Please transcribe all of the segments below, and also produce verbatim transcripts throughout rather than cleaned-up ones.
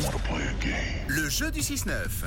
Le jeu du six neuf.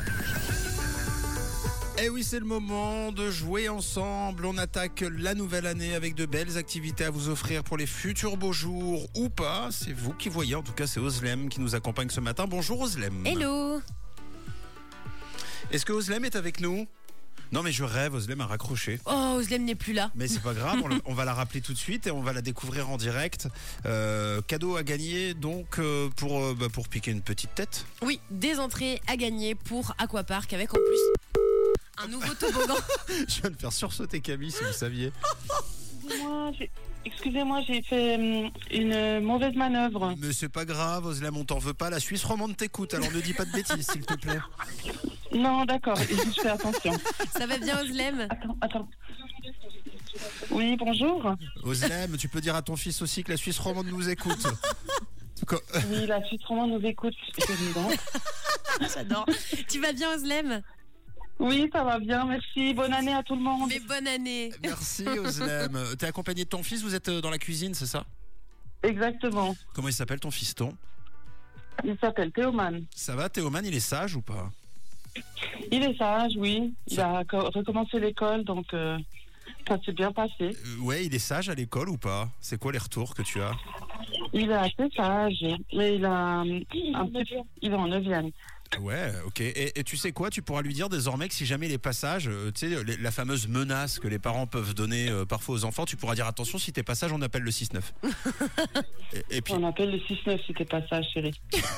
Eh oui, c'est le moment de jouer ensemble. On attaque la nouvelle année avec de belles activités à vous offrir pour les futurs beaux jours ou pas. C'est vous qui voyez. En tout cas, c'est Ozlem qui nous accompagne ce matin. Bonjour Ozlem. Hello. Est-ce que Ozlem est avec nous ? Non mais je rêve, Ozlem a raccroché. Oh, Ozlem n'est plus là. Mais c'est pas grave, on, le- on va la rappeler tout de suite et on va la découvrir en direct. Euh, cadeau à gagner donc euh, pour, euh, bah, pour piquer une petite tête. Oui, des entrées à gagner pour Aquapark avec en plus un nouveau toboggan. Je viens de faire sursauter Camille si vous saviez. Excusez-moi, j'ai- Excusez-moi, j'ai fait hum, une mauvaise manœuvre. Mais c'est pas grave, Ozlem, on t'en veut pas. La Suisse romande t'écoute, alors ne dis pas de bêtises s'il te plaît. Non, d'accord, je fais attention. Ça va bien, Ozlem? Attends, attends. Oui, bonjour. Ozlem, tu peux dire à ton fils aussi que la Suisse romande nous écoute. Co- Oui, la Suisse romande nous écoute, évidemment. J'adore. Tu vas bien, Ozlem? Oui, ça va bien, merci. Bonne année à tout le monde. Mais bonne année. Merci Ozlem. T'es accompagné de ton fils, vous êtes euh, dans la cuisine, c'est ça ? Exactement. Comment il s'appelle ton fiston ? Il s'appelle Théoman. Ça va, Théoman, il est sage ou pas ? Il est sage, oui. Il a co- recommencé l'école, donc euh, ça s'est bien passé. Euh, Ouais, il est sage à l'école ou pas ? C'est quoi les retours que tu as ? Il est assez sage, mais il a hum, un petit... Il est en neuvième. Ouais, ok. Et, et tu sais quoi ? Tu pourras lui dire désormais que si jamais les passages, euh, tu sais, les- la fameuse menace que les parents peuvent donner euh, parfois aux enfants, tu pourras dire attention, si t'es pas sage, on appelle le six neuf. et, et puis, On appelle le six neuf si t'es pas sage, chérie.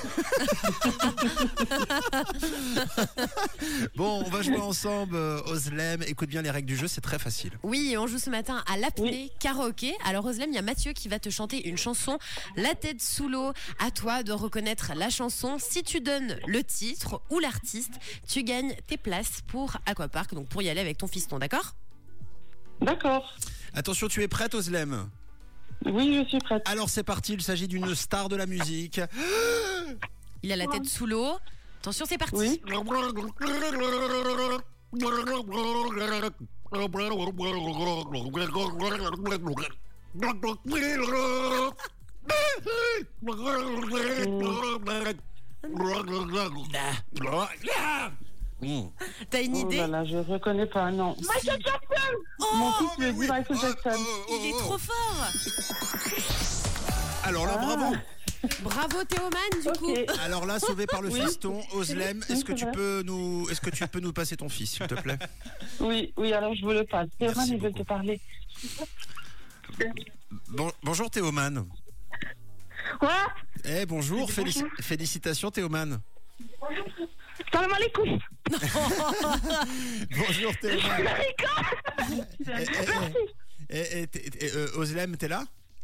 bon, on va jouer ensemble, euh, Ozlem. Écoute bien les règles du jeu, c'est très facile. Oui, on joue ce matin à l'apnée Oui. karaoké. Alors, Ozlem, il y a Mathieu qui va te chanter une chanson, La tête sous l'eau. À toi de reconnaître la chanson. Si tu donnes le titre ou l'artiste, tu gagnes tes places pour Aquapark, donc pour y aller avec ton fiston, d'accord? D'accord. Attention, tu es prête, Ozlem ? Oui, je suis prête. Alors c'est parti, il s'agit d'une star de la musique. Il a la tête sous l'eau. Attention, c'est parti. Oui. Mmh. T'as une Oh idée? là là, je reconnais pas, non. Michael Jackson. Mon fils lui a dit Michael Jackson. Il est trop fort. Alors là, bravo. Bravo Théoman, du coup. Ok. Alors là, sauvé par le Oui. fiston, Ozlem, Oui, est-ce que c'est tu vrai. peux nous, est-ce que tu peux nous passer ton fils, s'il te plaît ? Oui, oui, alors je vous le passe. Théoman, Merci il veut beaucoup. te parler. Bon, bonjour Théoman. Quoi? Eh bonjour, Oui, félici- bonjour. félicitations Théoman. Salam alaikum. Bonjour Théoman. Eh, eh, eh, eh, eh, t'es- t'es- euh, Ozlem, t'es là ?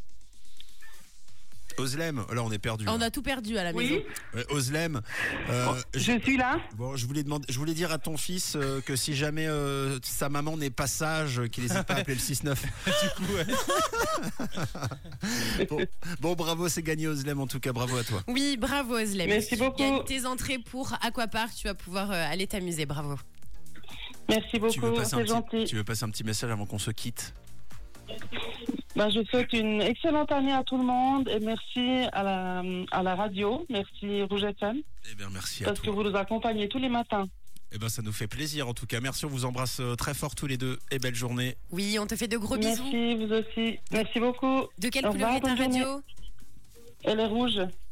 Ozlem, là on est perdu. On a tout perdu à la maison. Oui, Ouais, Ozlem, euh, je, je suis là. bon, je voulais demander, je voulais dire à ton fils euh, que si jamais euh, sa maman n'est pas sage, euh, qu'il n'hésite pas à appeler le six neuf. Du coup, ouais. bon, bon, bravo, c'est gagné Ozlem en tout cas, bravo à toi. Oui, bravo Ozlem. Merci beaucoup. Tu gagnes tes entrées pour Aquapark, tu vas pouvoir euh, aller t'amuser, bravo. Merci Tu veux, beaucoup, passer un c'est petit, gentil. tu veux passer un petit message avant qu'on se quitte ? Ben, je souhaite une excellente année à tout le monde et merci à la, à la radio. Merci Rouge F M Eh bien, merci à parce que toi. vous nous accompagnez tous les matins. Eh ben, ça nous fait plaisir en tout cas. Merci, on vous embrasse euh, très fort tous les deux et belle journée. Oui, on te fait de gros bisous. Merci, vous aussi. Merci beaucoup. De quelle Au couleur revoir, est ta bonne journée. radio? Elle est rouge.